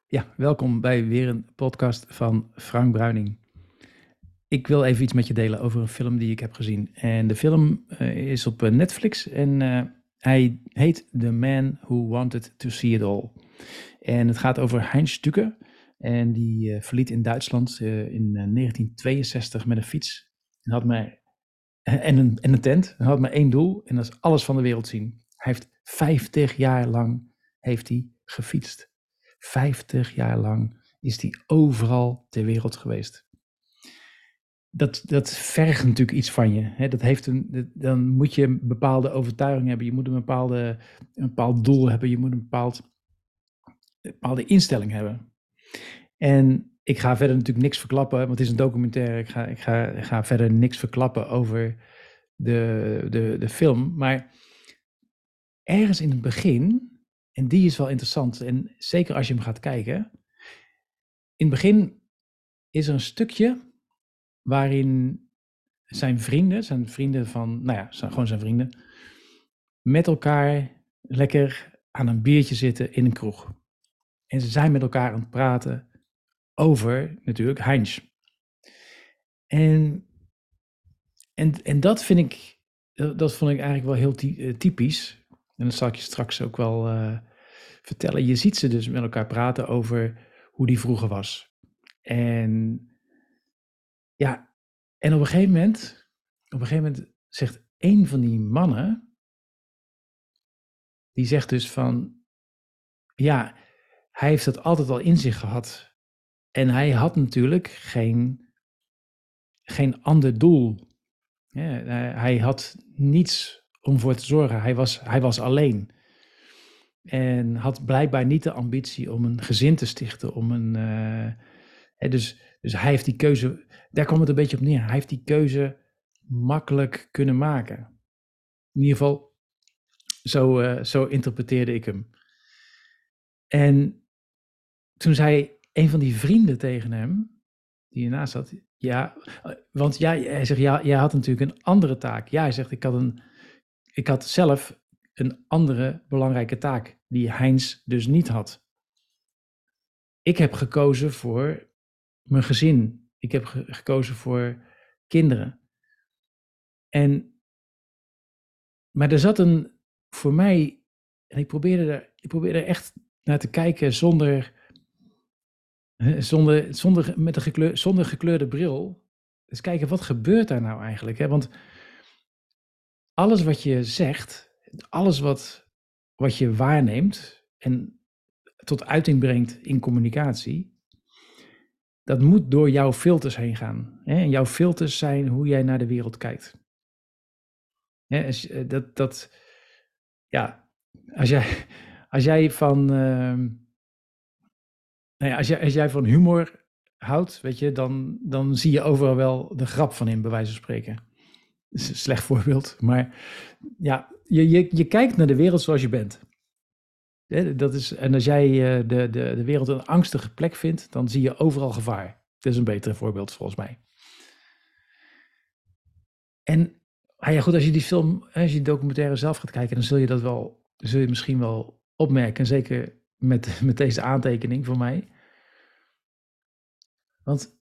Ja, welkom bij weer een podcast van Frank Bruining. Ik wil even iets met je delen over een film die ik heb gezien. En de film is op Netflix en hij heet The Man Who Wanted to See It All. En het gaat over Heinz Stücke. En die verliet in Duitsland in 1962 met een fiets. En, had maar, en een tent. En had maar één doel en dat is alles van de wereld zien. Hij heeft 50 jaar lang heeft hij gefietst. 50 jaar lang is hij overal ter wereld geweest. Dat vergt natuurlijk iets van je. Hè? Dan moet je een bepaalde overtuiging hebben. Je moet een bepaald doel hebben. Je moet een bepaalde instelling hebben. En ik ga verder natuurlijk niks verklappen, want het is een documentaire. Ik ga verder niks verklappen over de film. Maar ergens in het begin, en die is wel interessant, en zeker als je hem gaat kijken. In het begin is er een stukje waarin zijn vrienden van, nou ja, gewoon zijn vrienden, met elkaar lekker aan een biertje zitten in een kroeg. En ze zijn met elkaar aan het praten over natuurlijk Heinz. En dat vond ik eigenlijk wel heel typisch. En dat zal ik je straks ook wel vertellen. Je ziet ze dus met elkaar praten over hoe die vroeger was. En ja, en op een gegeven moment zegt een van die mannen, die zegt dus van, ja, hij heeft dat altijd al in zich gehad. En hij had natuurlijk geen ander doel. Ja, hij had niets om voor te zorgen. Hij was alleen. En had blijkbaar niet de ambitie om een gezin te stichten. Dus hij heeft die keuze, daar kwam het een beetje op neer. Hij heeft die keuze makkelijk kunnen maken. In ieder geval, zo interpreteerde ik hem. En toen zei een van die vrienden tegen hem, die ernaast zat, ja, want ja, hij zegt, ja, jij had natuurlijk een andere taak. Ja, hij zegt, ik had zelf een andere belangrijke taak, die Heinz dus niet had. Ik heb gekozen voor mijn gezin. Ik heb gekozen voor kinderen. Maar er zat voor mij, en ik probeerde er echt naar te kijken zonder gekleurde bril. Dus kijken, wat gebeurt daar nou eigenlijk? Hè? Want alles wat je zegt, alles wat je waarneemt en tot uiting brengt in communicatie, dat moet door jouw filters heen gaan. Hè? En jouw filters zijn hoe jij naar de wereld kijkt. Hè? Ja, als jij van, nou ja, als jij van humor houdt, weet je, dan zie je overal wel de grap van in, bij wijze van spreken. Dat is een slecht voorbeeld, maar ja, je kijkt naar de wereld zoals je bent. En als jij de wereld een angstige plek vindt, dan zie je overal gevaar. Dat is een beter voorbeeld volgens mij. En ja, goed, als je die film, als je die documentaire zelf gaat kijken, dan zul je misschien wel opmerken, zeker met deze aantekening voor mij. Want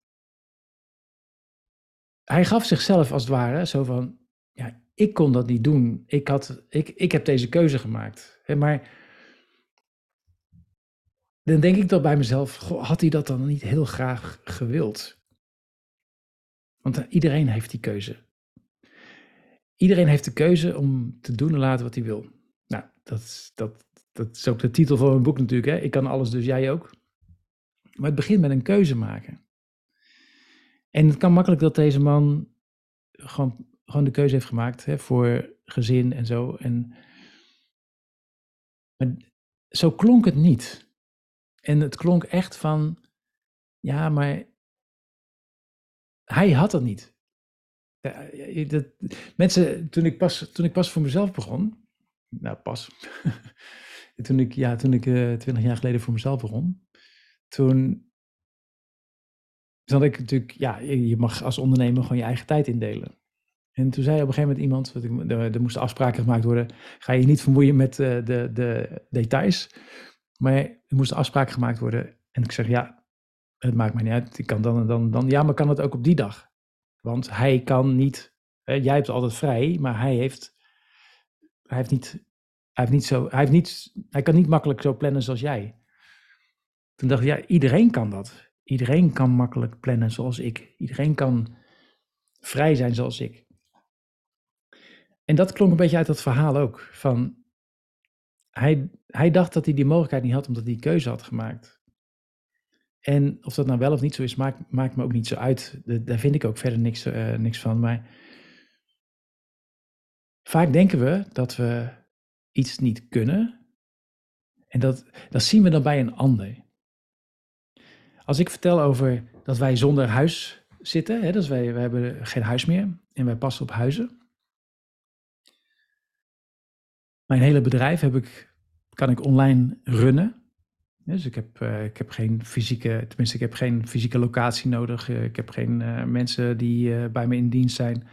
hij gaf zichzelf als het ware zo van, ja, ik kon dat niet doen. Ik heb deze keuze gemaakt. Maar dan denk ik toch bij mezelf, goh, had hij dat dan niet heel graag gewild? Want iedereen heeft die keuze. Iedereen heeft de keuze om te doen en laten wat hij wil. Nou, dat is ook de titel van mijn boek natuurlijk. Hè? Ik kan alles, dus jij ook. Maar het begint met een keuze maken. En het kan makkelijk dat deze man gewoon de keuze heeft gemaakt, hè, voor gezin en zo. Maar zo klonk het niet. En het klonk echt van, ja, maar hij had het niet. Mensen, toen ik pas voor mezelf begon, nou pas, toen ik 20 jaar geleden voor mezelf begon, toen zat ik natuurlijk, ja, je mag als ondernemer gewoon je eigen tijd indelen. En toen zei op een gegeven moment iemand, er moesten afspraken gemaakt worden, ga je niet vermoeien met de details, maar er moesten afspraken gemaakt worden En ik zeg: "Ja, het maakt mij niet uit. Ik kan dan en dan." "Ja, maar kan het ook op die dag?" Want hij kan niet, jij hebt altijd vrij, maar hij heeft niet hij heeft niet zo hij heeft niet hij kan niet makkelijk zo plannen zoals jij. Toen dacht ik: "Ja, iedereen kan dat. Iedereen kan makkelijk plannen zoals ik. Iedereen kan vrij zijn zoals ik." En dat klonk een beetje uit dat verhaal ook, van hij dacht dat hij die mogelijkheid niet had omdat hij die keuze had gemaakt. En of dat nou wel of niet zo is, maakt me ook niet zo uit. Daar vind ik ook verder niks van. Maar vaak denken we dat we iets niet kunnen en dat zien we dan bij een ander. Als ik vertel over dat wij zonder huis zitten, hè, dus wij hebben geen huis meer en wij passen op huizen. Mijn hele bedrijf kan ik online runnen. Dus ik heb geen fysieke, tenminste, ik heb geen fysieke locatie nodig. Ik heb geen mensen die bij me in dienst zijn.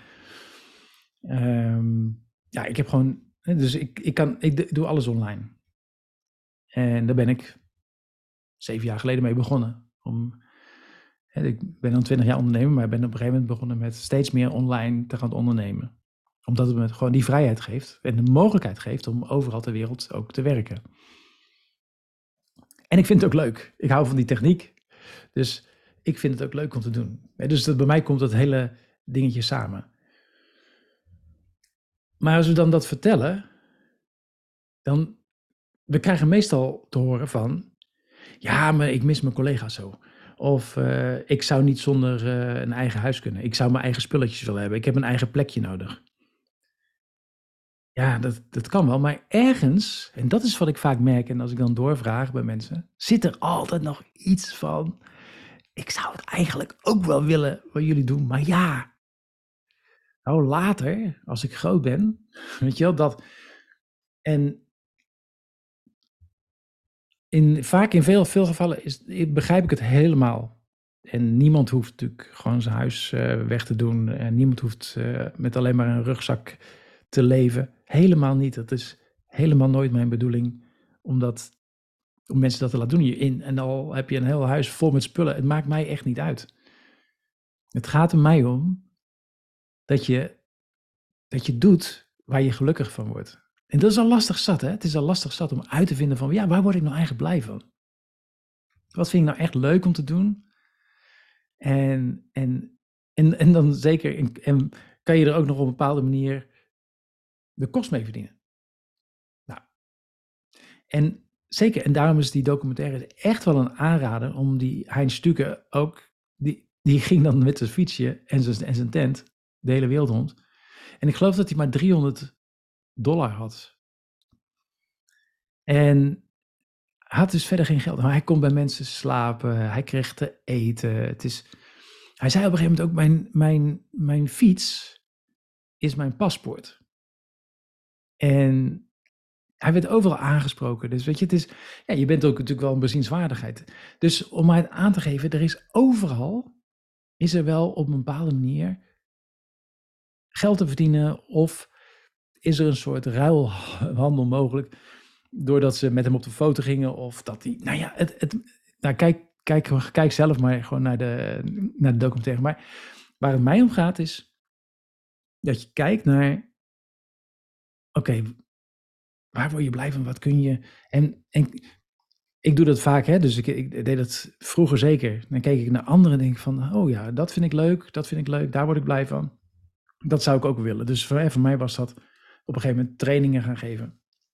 Ehm, ja, ik heb gewoon, dus ik doe alles online. En daar ben ik 7 jaar geleden mee begonnen. Ik ben dan 20 jaar ondernemer, maar ik ben op een gegeven moment begonnen met steeds meer online te gaan ondernemen. Omdat het me gewoon die vrijheid geeft en de mogelijkheid geeft om overal ter wereld ook te werken. En ik vind het ook leuk. Ik hou van die techniek. Dus ik vind het ook leuk om te doen. Dus bij mij komt dat hele dingetje samen. Maar als we dan dat vertellen, we krijgen meestal te horen van, ja, maar ik mis mijn collega's zo. Of ik zou niet zonder een eigen huis kunnen. Ik zou mijn eigen spulletjes willen hebben. Ik heb een eigen plekje nodig. Ja, dat kan wel. Maar ergens, en dat is wat ik vaak merk, en als ik dan doorvraag bij mensen, zit er altijd nog iets van, ik zou het eigenlijk ook wel willen wat jullie doen. Maar ja, nou later, als ik groot ben, weet je wel, dat. En vaak in veel gevallen begrijp ik het helemaal. En niemand hoeft natuurlijk gewoon zijn huis weg te doen. En niemand hoeft met alleen maar een rugzak te leven. Helemaal niet. Dat is helemaal nooit mijn bedoeling om mensen dat te laten doen. En al heb je een heel huis vol met spullen, het maakt mij echt niet uit. Het gaat er mij om dat je doet waar je gelukkig van wordt. En dat is al lastig zat, hè? Het is al lastig zat om uit te vinden van, ja, waar word ik nou eigenlijk blij van? Wat vind ik nou echt leuk om te doen? En dan zeker, en kan je er ook nog op een bepaalde manier de kost mee verdienen? Nou, en zeker, en daarom is die documentaire echt wel een aanrader om die Heinz Stuke ook, die ging dan met zijn fietsje en zijn tent de hele wereld rond. En ik geloof dat hij maar $300 had. En had dus verder geen geld. Maar hij kon bij mensen slapen, hij kreeg te eten. Hij zei op een gegeven moment ook, mijn fiets is mijn paspoort. En hij werd overal aangesproken. Dus weet je, je bent ook natuurlijk wel een bezienswaardigheid. Dus om maar aan te geven, is er wel op een bepaalde manier geld te verdienen, of is er een soort ruilhandel mogelijk, doordat ze met hem op de foto gingen, of dat hij, kijk zelf maar gewoon naar de documentaire. Maar waar het mij om gaat is dat je kijkt naar, oké, waar word je blij van? Wat kun je? En ik doe dat vaak, hè? Dus ik deed dat vroeger zeker. Dan keek ik naar anderen en denk van, oh ja, dat vind ik leuk, daar word ik blij van. Dat zou ik ook willen. Dus voor mij was dat op een gegeven moment trainingen gaan geven.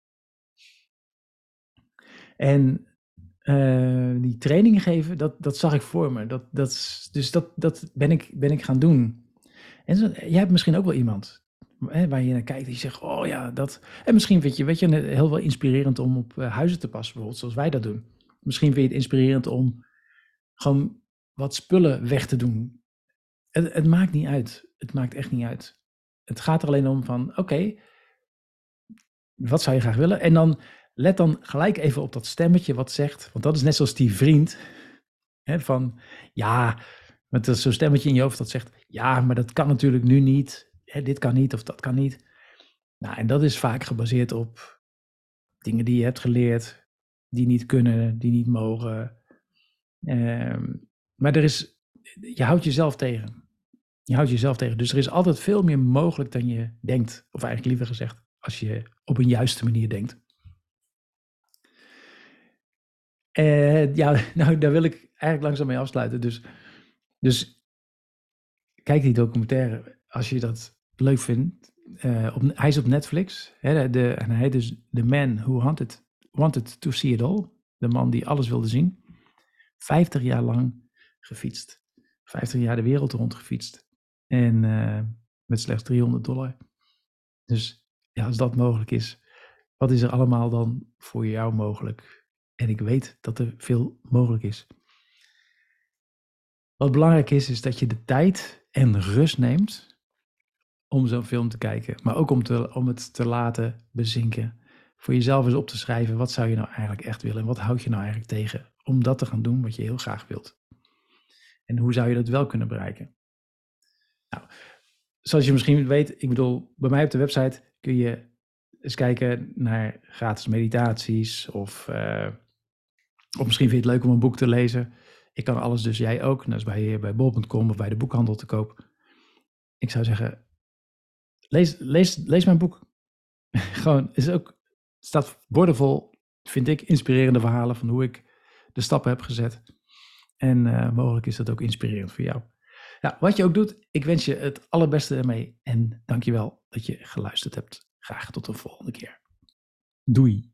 En die trainingen geven, dat zag ik voor me. Dat ben ik gaan doen. En jij hebt misschien ook wel iemand waar je naar kijkt en je zegt, oh ja, dat. En misschien weet je heel wel inspirerend om op huizen te passen, bijvoorbeeld, zoals wij dat doen. Misschien vind je het inspirerend om gewoon wat spullen weg te doen. Het maakt niet uit. Het maakt echt niet uit. Het gaat er alleen om van, oké, wat zou je graag willen? En dan let dan gelijk even op dat stemmetje wat zegt, want dat is net zoals die vriend, hè, van ja, met zo'n stemmetje in je hoofd dat zegt, ja, maar dat kan natuurlijk nu niet. Hè, dit kan niet of dat kan niet. Nou, en dat is vaak gebaseerd op dingen die je hebt geleerd, die niet kunnen, die niet mogen. Maar je houdt jezelf tegen. Je houdt jezelf tegen. Dus er is altijd veel meer mogelijk dan je denkt. Of eigenlijk liever gezegd, als je op een juiste manier denkt. Ja, nou, daar wil ik eigenlijk langzaam mee afsluiten. Dus kijk die documentaire als je dat leuk vindt. Hij is op Netflix. Hè, en hij heet dus The Man Who Wanted to See It All. De man die alles wilde zien. 50 jaar lang gefietst. 50 jaar de wereld rond gefietst. En met slechts $300. Dus ja, als dat mogelijk is, wat is er allemaal dan voor jou mogelijk? En ik weet dat er veel mogelijk is. Wat belangrijk is dat je de tijd en rust neemt om zo'n film te kijken. Maar ook om het te laten bezinken. Voor jezelf eens op te schrijven, wat zou je nou eigenlijk echt willen? En wat houd je nou eigenlijk tegen om dat te gaan doen wat je heel graag wilt? En hoe zou je dat wel kunnen bereiken? Nou, zoals je misschien weet, ik bedoel, bij mij op de website kun je eens kijken naar gratis meditaties of misschien vind je het leuk om een boek te lezen. Ik kan alles, dus jij ook. Dat is bij bol.com of bij de boekhandel te koop. Ik zou zeggen, lees mijn boek. Gewoon, staat bordenvol, vind ik, inspirerende verhalen van hoe ik de stappen heb gezet. En mogelijk is dat ook inspirerend voor jou. Nou, wat je ook doet, ik wens je het allerbeste ermee. En dankjewel dat je geluisterd hebt. Graag tot de volgende keer. Doei.